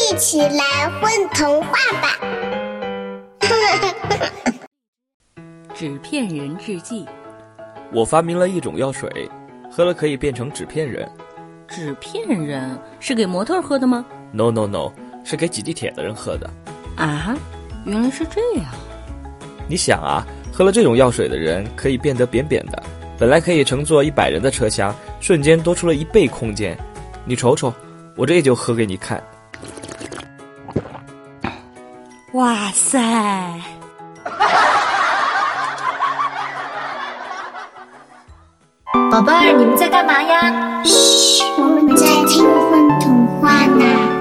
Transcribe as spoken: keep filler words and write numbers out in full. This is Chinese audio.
一起来混童话吧！ 纸片人日记。 我发明了一种药水，喝了可以变成纸片人。 纸片人是给模特喝的吗？ No no no， 是给挤地铁的人喝的。 啊，原来是这样。 你想啊，喝了这种药水的人可以变得扁扁的，本来可以乘坐一百人的车厢，瞬间多出了一倍空间。你瞅瞅，我这就喝给你看。 哇塞！ 宝贝儿，你们在干嘛呀？ 嘘，我们在听混童话呢。